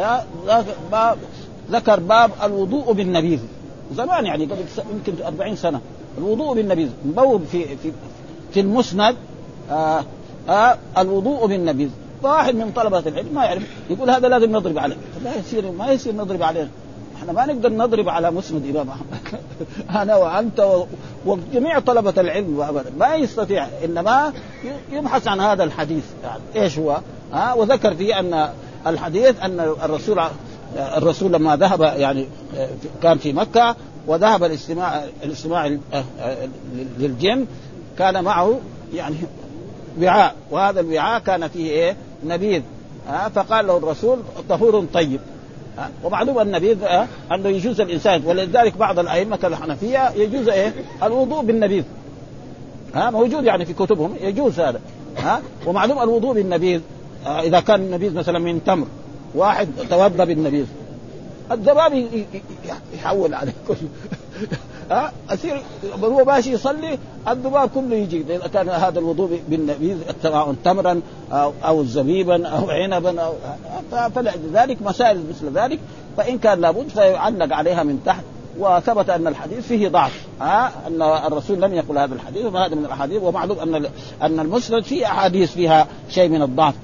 ذكر باب الوضوء بالنبيذ زمان، يعني قبل يمكن 40 سنة. الوضوء بالنبيذ مبوب في المسند، الوضوء بالنبيذ. واحد من طلبة العلم ما يعرف يقول هذا لازم نضرب عليه. ما يصير نضرب عليه. احنا ما نقدر نضرب على مسند إمام أحمد أنا وأنت وجميع طلبة العلم ما يستطيع، إنما يبحث عن هذا الحديث يعني إيش هو. وذكر فيه أن الحديث أن الرسول لما ذهب يعني كان في مكة وذهب الاستماع للجن، كان معه يعني وعاء، وهذا الوعاء كان فيه نبيذ. فقال له الرسول طهور طيب. ومعلوم النبيذ أنه يجوز الإنسان، ولذلك بعض الأئمة كالحنفية يجوز الوضوء بالنبيذ، موجود يعني في كتبهم يجوز هذا. ومعلوم الوضوء بالنبيذ إذا كان النبيذ مثلا من تمر، واحد توضى بالنبيذ، الذباب يحول عليه كله أسير هو ماشي يصلي الذباب كله يجي. إذا كان هذا الوضوء بالنبيذ سواء تمرا أو زبيبا أو عنبا فلذلك مسائل مثل ذلك، فإن كان لابد فيعلق عليها من تحت. وثبت أن الحديث فيه ضعف، أن الرسول لم يقل هذا الحديث، وهذا من الأحاديث. ومعلوم أن المسند فيه أحاديث فيها شيء من الضعف،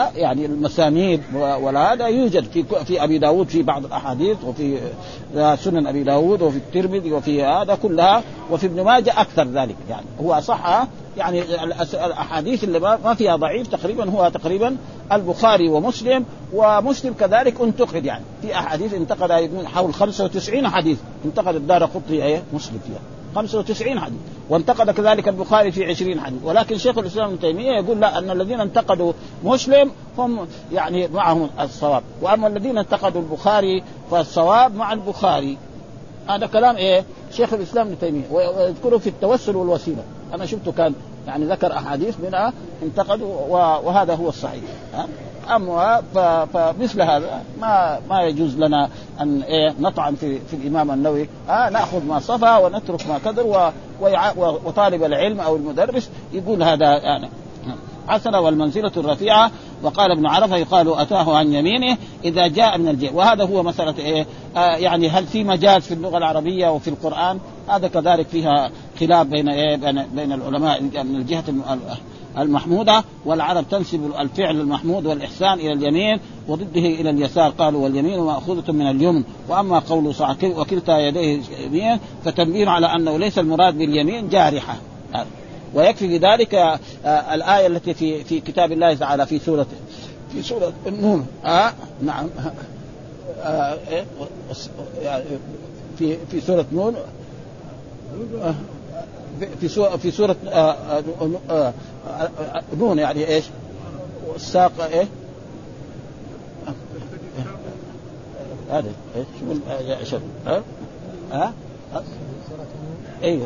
يعني ولا هذا يوجد في أبي داود في بعض الأحاديث، وفي سنن أبي داود، وفي الترمذي، وفي هذا كلها، وفي ابن ماجه أكثر ذلك. يعني هو صح يعني الأحاديث اللي ما فيها ضعيف تقريبا هو تقريبا البخاري ومسلم، ومسلم كذلك انتقد، يعني في أحاديث انتقد حول 95 حديث انتقد الدارقطني مسلم فيها 95 حديث، وانتقد كذلك البخاري في 20 حديث. ولكن شيخ الإسلام ابن تيمية يقول لا، أن الذين انتقدوا مسلم هم يعني معهم الصواب، وأما الذين انتقدوا البخاري فالصواب مع البخاري. هذا كلام شيخ الإسلام ابن تيمية، ويذكره في التوسل والوسيلة. أنا شفته كان يعني ذكر أحاديث منها انتقدوا، وهذا هو الصحيح. أما فمثل هذا ما يجوز لنا أن نطعن في الإمام النووي. نأخذ ما صفى ونترك ما كدر، وطالب العلم أو المدرس يقول هذا يعني حسنة. والمنزلة الرفيعة وقال ابن عرفة يقال أتاه عن يمينه إذا جاء من الجهة. وهذا هو مسألة إيه يعني هل في مجاز في اللغة العربية وفي القرآن؟ هذا كذلك فيها خلاف بين بين العلماء من الجهة المحمودة. والعرب تنسب الفعل المحمود والإحسان إلى اليمين وضده إلى اليسار، قالوا واليمين مأخوذة من اليمن. وأما قول وكلتا يديه يمين فتنبيه على أنه ليس المراد باليمين جارحة. ويكفي بذلك الآية التي في كتاب الله تعالى في سورة النون. نعم في سورة نون في سورة نون يعني إيش الساق إيه هذا إيش شو أيوه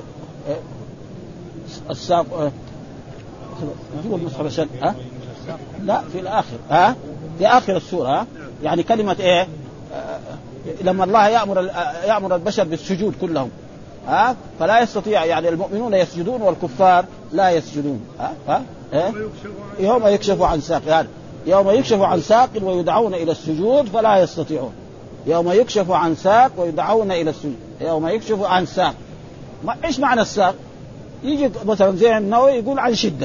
الساق هو المصحف لا في الآخر في آخر السورة يعني كلمة إيه لما الله يأمر البشر بالسجود كلهم فلا يستطيع يعني المؤمنون يسجدون والكفار لا يسجدون. يوم يكشف عن ساق يعني يوم يكشف عن ساق ويدعون إلى السجود فلا يستطيعون. يوم يكشف عن ساق ويدعون إلى السجود. يوم يكشف عن ساق إيش معنى الساق؟ يجي مثلا زي النووي يقول عن شدة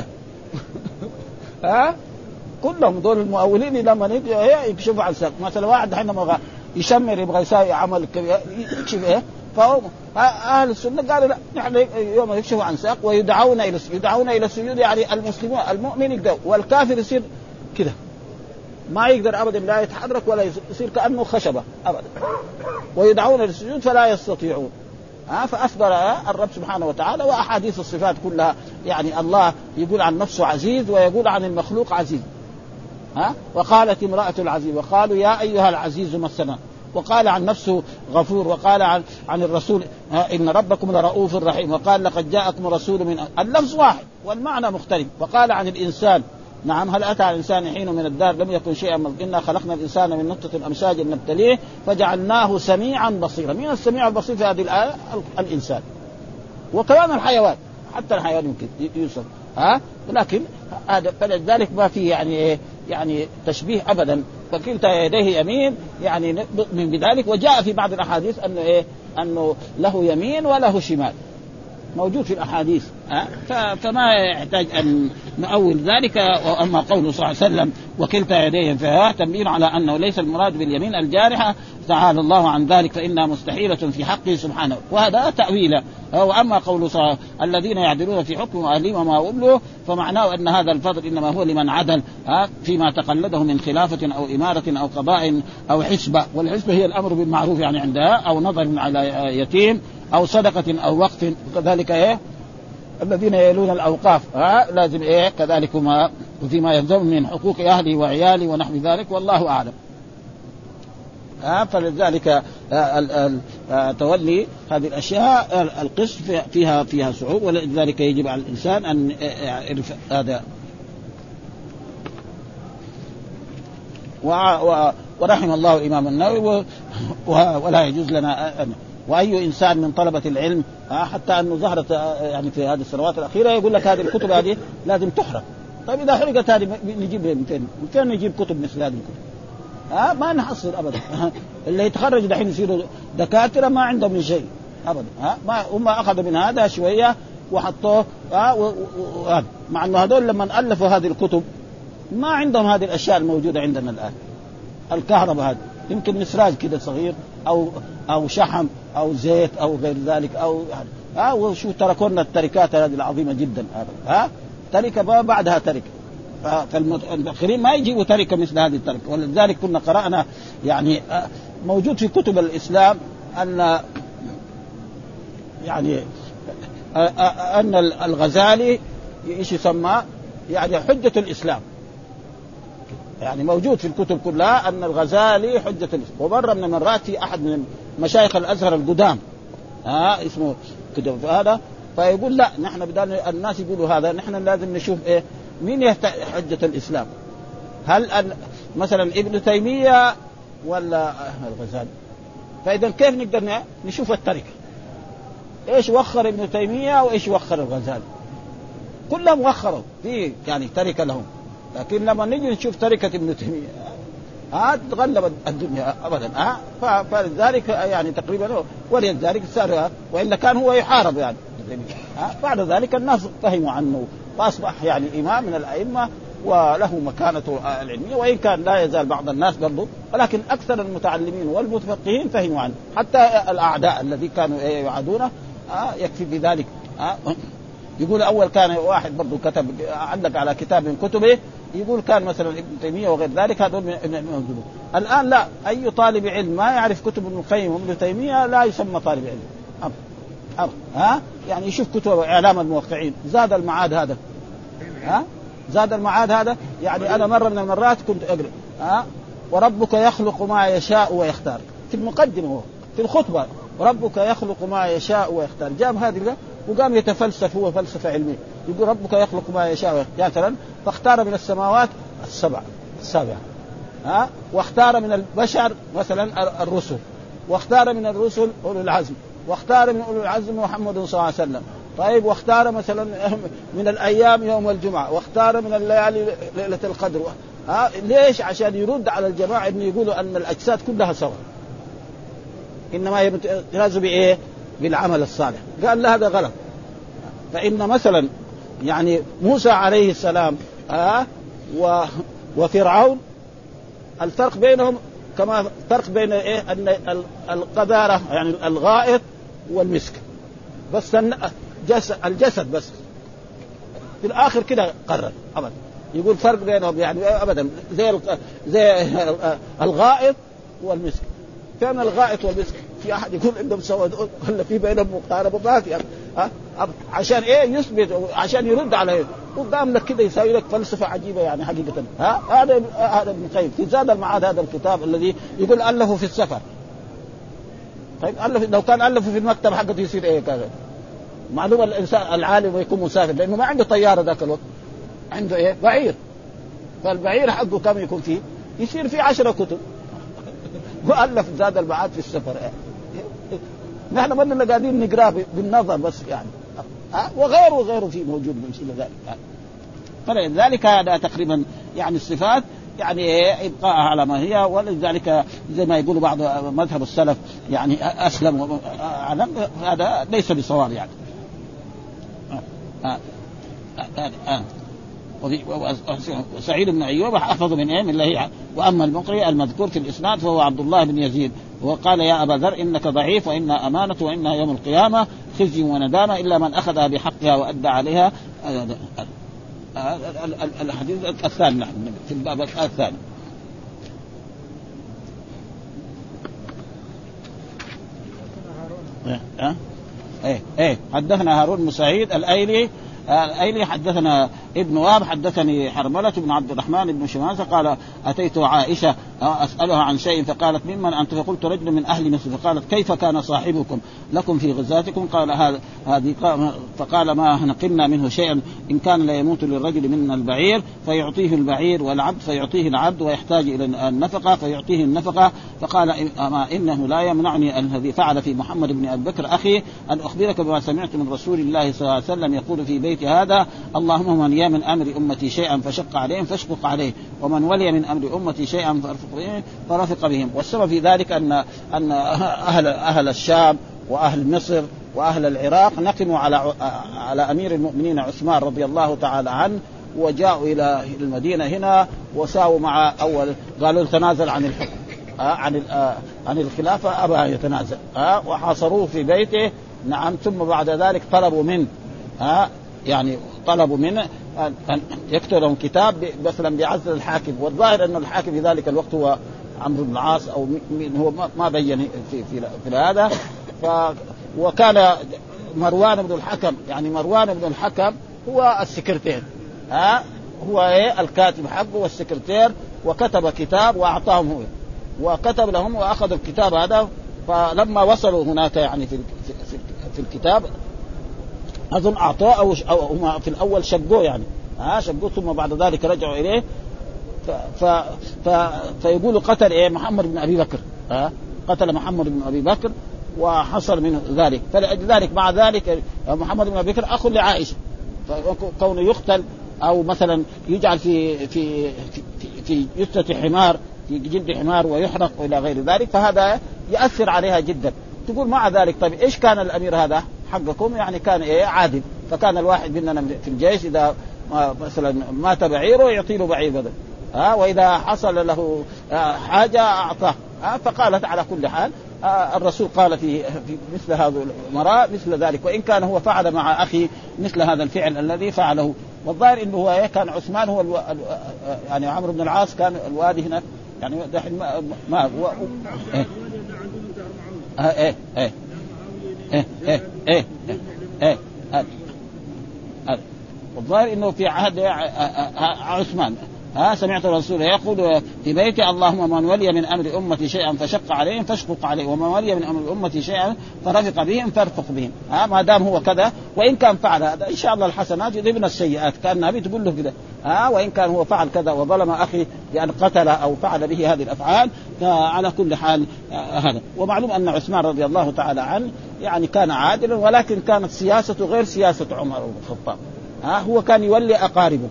كلهم دول المؤولين لما يكشفوا عن ساق. مثلا واحد حينما يشمر يبغى يساوي عمل يكشف إيه فهو أهل السنة قالوا لا نحن يوم يكشفوا عن ساق ويدعون إلى السجود يعني المسلمون المؤمن يقدر والكافر يصير كده ما يقدر أبدا لا يتحرك ولا يصير كأنه خشبة أبدا ويدعون إلى السجود فلا يستطيعون. فأخبر الرب سبحانه وتعالى وأحاديث الصفات كلها يعني الله يقول عن نفسه عزيز ويقول عن المخلوق عزيز. وقالت امرأة العزيز وقالوا يا أيها العزيز مسنا. وقال عن نفسه غفور. وقال عن الرسول إن ربكم لرؤوف رحيم. وقال لقد جاءكم رسول من اللفظ واحد والمعنى مختلف. وقال عن الإنسان نعم هل أتى على الإنسان حين من الدار لم يكن شيئا إنا خلقنا الإنسان من نطفة أمشاج نبتليه فجعلناه سميعا بصيرا. من السميع البصير في هذه الآية الإنسان وكمان الحيوان حتى الحيوان يمكن يوصف ولكن هذا فلذلك ما في يعني تشبيه أبدا. فكلتا يديه يمين يعني من بذلك. وجاء في بعض الأحاديث أنه له يمين وله شمال موجود في الأحاديث فما يحتاج أن نؤول ذلك. وأما قوله صلى الله عليه وسلم وكلتا يديه فهو تنبيه على أنه ليس المراد باليمين الجارحة تعالى الله عن ذلك فإنها مستحيلة في حقه سبحانه وهذا تأويله. وأما قوله صلى الله الذين يعدلون في حكم أهلهم وما أولوا فمعناه أن هذا الفضل إنما هو لمن عدل فيما تقلده من خلافة أو إمارة أو قضاء أو حسبة. والحسبة هي الأمر بالمعروف يعني عندها أو نظر على يتيم أو صدقة أو وقف. وكذلك الذين يلون الأوقاف لازم كذلك فيما يلزم من حقوق أهلي وعيالي ونحو ذلك والله أعلم. فلذلك تولي هذه الأشياء القسط فيها صعوبة ولذلك يجب على الإنسان أن يعرف هذا. ورحم الله الإمام النووي ولا يجوز لنا وأي إنسان من طلبة العلم حتى أنه ظهرت يعني في هذه السنوات الأخيرة يقول لك هذه الكتب هذه لازم تحرق. طيب إذا حرقت هذه نجيب من فين نجيب كتب مثل هذه الكتب؟ ما نحصل أبدا. اللي يتخرج دحين يصيروا دكاترة ما عندهم من شيء أبدا. ما هم أخذوا من هذا شوية وحطوه مع أنه هذول لما ألفوا هذه الكتب ما عندهم هذه الأشياء الموجودة عندنا الآن. الكهرباء هذا يمكن مسراج كده صغير أو شحم أو زيت أو غير ذلك أو وشو تركونا التركات هذه العظيمة جدا تركة بعدها تركة. فالمتأخرين ما يجيبوا تركة مثل هذه التركة. ولذلك كنا قرأنا يعني موجود في كتب الإسلام أن يعني أن الغزالي إيش يسمى يعني حجة الإسلام. يعني موجود في الكتب كلها أن الغزالي حجة الإسلام. ومرة من المرات في أحد من مشايخ الأزهر القدام اسمه كتب هذا فيقول لا نحن بدل الناس يقولوا هذا نحن لازم نشوف مين حجة الإسلام هل مثلا ابن تيمية ولا الغزالي. فإذا كيف نقدر نشوف التركة إيش وخر ابن تيمية وإيش وخر الغزالي كلهم وخروا في يعني تركة لهم لكن لما نيجي نشوف تركة ابن تيمية تغلب الدنيا أبدا. فلذلك يعني تقريبا ولذلك صار، وإلا كان هو يحارب يعني. بعد ذلك الناس فهموا عنه فأصبح يعني إمام من الأئمة وله مكانته العلمية، وإن كان لا يزال بعض الناس برضو، ولكن أكثر المتعلمين والمتفقهين فهموا عنه. حتى الأعداء الذي كانوا يعادونه يكفي بذلك. يقول أول كان واحد برضو كتب علق على كتاب من كتبه، يقول كان مثلا ابن تيمية وغير ذلك هذول من الآن لا، أي طالب علم ما يعرف كتب ابن القيم وابن تيمية لا يسمى طالب علم. يعني يشوف كتب إعلام الموقعين، زاد المعاد هذا، زاد المعاد هذا. يعني أنا مرة من المرات كنت أقرأ وربك يخلق ما يشاء ويختار، في المقدمة هو في الخطبة ربك يخلق ما يشاء ويختار، جاب هذه وقام يتفلسف هو فلسفة علمية، يقول ربك يخلق ما يشاء مثلا، فاختار من السماوات السبع واختار من البشر مثلا الرسل، واختار من الرسل أولو العزم، واختار من أولو العزم محمد صلى الله عليه وسلم. طيب واختار مثلا من الأيام يوم الجمعة، واختار من الليالي ليلة القدر. ليش؟ عشان يرد على الجماعة إنه يقولوا أن الأجساد كلها سوا، إنما يتلازم بإيه؟ بالعمل الصالح. قال لا، هذا غلط. فإن مثلا يعني موسى عليه السلام وفرعون الفرق بينهم كما فرق بين إيه؟ أن القذارة يعني الغائط والمسك، بس الجسد بس في الآخر كده قرر أبدا. يقول فرق بينهم يعني أبدا زي الغائط والمسك. كان الغائط والمسك في أحد يقول عندهم سوا ولا في بينهم مقاربة؟ ما في عشان إيه؟ يثبت، عشان يرد عليه قدام لك كده، يسوي لك فلسفة عجيبة يعني حقيقة. هذا ابن القيم في زاد المعاد، هذا الكتاب الذي يقول ألفه في السفر. طيب لو كان ألفه في المكتب حقته يصير إيه كذا؟ معلومة الإنسان العالم يكون مسافر، لأنه ما عنده طيارة ذاك الوقت، عنده إيه؟ بعير. فالبعير حقه كم يكون فيه؟ يصير فيه 10 كتب. وألف زاد المعاد في السفر. نحن ما لنا قاعدين نقرأ بالنظر بس يعني، وغيره فيه موجود من ذلك. فلذلك هذا تقريبا يعني الصفات يعني إبقاءها على ما هي، ولذلك زي ما يقول بعض مذهب السلف يعني أسلم وأعلم، هذا ليس بصواب يعني. سعيد بن أيوب أحفظ من من الله. وأما المقرئ المذكور في الإسناد فهو عبد الله بن يزيد، وقال يا أبا ذر إنك ضعيف وإنها أمانة وإنها يوم القيامة خزي وندامة إلا من أخذها بحقها وأدى عليها. الحديث الثاني في الباب الثاني. حدثنا هارون بن سعيد الأيلي حدثنا ابن وهب حدثني حرملة بن عبد الرحمن بن شماسة قال أتيت عائشة أسألها عن شيء فقالت ممن أنت؟ فقلت رجل من أهل مصر. فقالت كيف كان صاحبكم لكم في غزاتكم؟ قال هذه. فقال ما نقلنا منه شيئا، إن كان لا يموت للرجل من البعير فيعطيه البعير، والعبد فيعطيه العبد، ويحتاج إلى النفقة فيعطيه النفقة. فقال أما إنه لا يمنعني الذي فعل في محمد بن أبي بكر أخي أن أخبرك بما سمعت من رسول الله صلى الله عليه وسلم يقول في بيت هذا اللهم من يا من أمر أمتي شيئا فشق عليهم فاشقق عليه، ومن ولي من أمر أمتي شيئا فرفق بهم. والسبب في ذلك أن أهل الشام وأهل مصر وأهل العراق نقموا على أمير المؤمنين عثمان رضي الله تعالى عنه، وجاءوا إلى المدينة هنا وساووا مع أول قالوا تنازل عن الحكم عن الخلافة، أبى يتنازل وحاصروه في بيته. نعم. ثم بعد ذلك طلبوا منه يعني طلبوا منه أن يكتب لهم كتاب مثلا بعزل الحاكم، والظاهر أن الحاكم في ذلك الوقت هو عمرو بن العاص أو هو ما بين في هذا. وكان مروان بن الحكم، يعني مروان بن الحكم هو السكرتير، هو الكاتب حقه والسكرتير، وكتب كتاب وأعطاهم هو وكتب لهم وأخذوا الكتاب هذا. فلما وصلوا هناك يعني في الكتاب أظن أعطوه أو هم في الأول شقوه يعني شقوه، ثم بعد ذلك رجعوا إليه. فيقولوا قتل محمد بن أبي بكر، قتل محمد بن أبي بكر وحصل منه ذلك. فلذلك مع ذلك محمد بن أبي بكر أخو لعائشة، فكونه يقتل أو مثلا يجعل في جثة حمار، في جلد حمار ويحرق إلى غير ذلك، فهذا يأثر عليها جدا. تقول مع ذلك طيب إيش كان الأمير هذا حقكم؟ يعني كان عادل. فكان الواحد مننا في الجيش إذا مثلا مات بعيره يعطي له بعير بدل، وإذا حصل له حاجة أعطاه. فقالت على كل حال الرسول قال في مثل هذا المرأة مثل ذلك، وإن كان هو فعل مع أخي مثل هذا الفعل الذي فعله. والظاهر إنه هو كان عثمان هو يعني عمرو بن العاص كان الوالي هناك، يعني دحين ما هو والظاهر إنه في عهد عثمان. سمعت الرسول يقول في بيتي: اللهم من ولي من أمر أمتي شيئا فشق عليهم فاشقق عليه، ومن ولي من أمر أمتي شيئا فرفق بهم فارفق بهم. ما دام هو كذا، وإن كان فعل هذا إن شاء الله الحسنات يذهبن السيئات، كان النبي تقول له كذا. وإن كان هو فعل كذا وظلم أخي بأن قتل أو فعل به هذه الأفعال، على كل حال هذا. ومعلوم أن عثمان رضي الله تعالى عنه يعني كان عادلا، ولكن كانت سياسته غير سياسة عمر بن الخطاب. هو كان يولي أقاربه،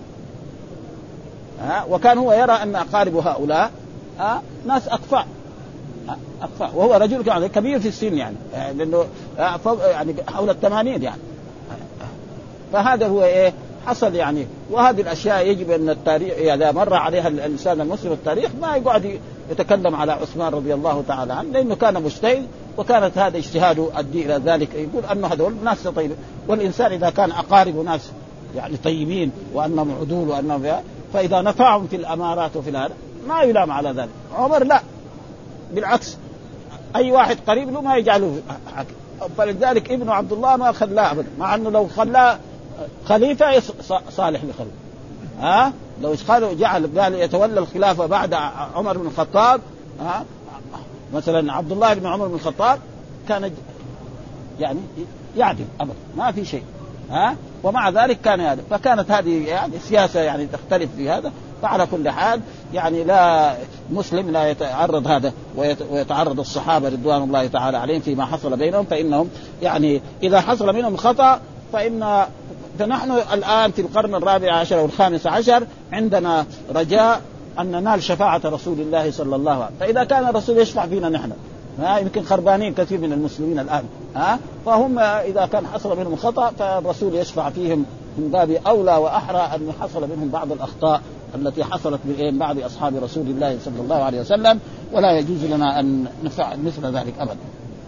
وكان هو يرى أن أقارب هؤلاء ناس أكفاء، وهو رجل كبير في السن، يعني لأنه يعني حول 80 يعني. فهذا هو حصل يعني. وهذه الأشياء يجب أن التاريخ إذا مر عليها الإنسان المسلم التاريخ ما يقعد يتكلم على عثمان رضي الله تعالى عنه، لأنه كان مجتهد، وكانت هذا اجتهاده أدي إلى ذلك. يقول أنه هذول ناس طيبين، والإنسان إذا كان أقارب ناس يعني طيبين وأنهم عدول وأنهم فإذا نفعهم في الأمارات وفي هذا ما يلام على ذلك. عمر لا، بالعكس، أي واحد قريب له ما يجعله حاكم. فلذلك ابن عبد الله ما خلاه أبدا، مع أنه لو خلاه خليفة صالح لخليفة. لو جعل قال يتولى الخلافة بعد عمر بن الخطاب، مثلا عبد الله بن عمر بن الخطاب كان يعني يعدل أبدا، ما في شيء. ومع ذلك كان هذا. فكانت هذه يعني سياسة يعني تختلف في هذا. فعلى كل حال يعني لا مسلم لا يتعرض هذا ويتعرض الصحابة رضوان الله تعالى عليهم فيما حصل بينهم، فإنهم يعني إذا حصل منهم خطأ فنحن الآن في القرن 14 والخامس عشر عندنا رجاء أن ننال شفاعة رسول الله صلى الله عليه وسلم. فإذا كان الرسول يشفع فينا نحن، يمكن خربانين كثير من المسلمين الآن، فهم إذا كان حصل منهم خطأ فالرسول يشفع فيهم من باب أولى وأحرى أن حصل منهم بعض الأخطاء التي حصلت من بعض أصحاب رسول الله صلى الله عليه وسلم، ولا يجوز لنا أن نفعل مثل ذلك أبدا.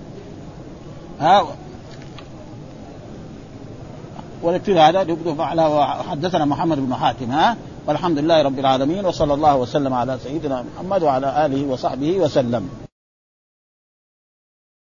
ونكتب هذا يبدو فعله. وحدثنا محمد بن حاتم. والحمد لله رب العالمين، وصلى الله وسلم على سيدنا محمد وعلى آله وصحبه وسلم.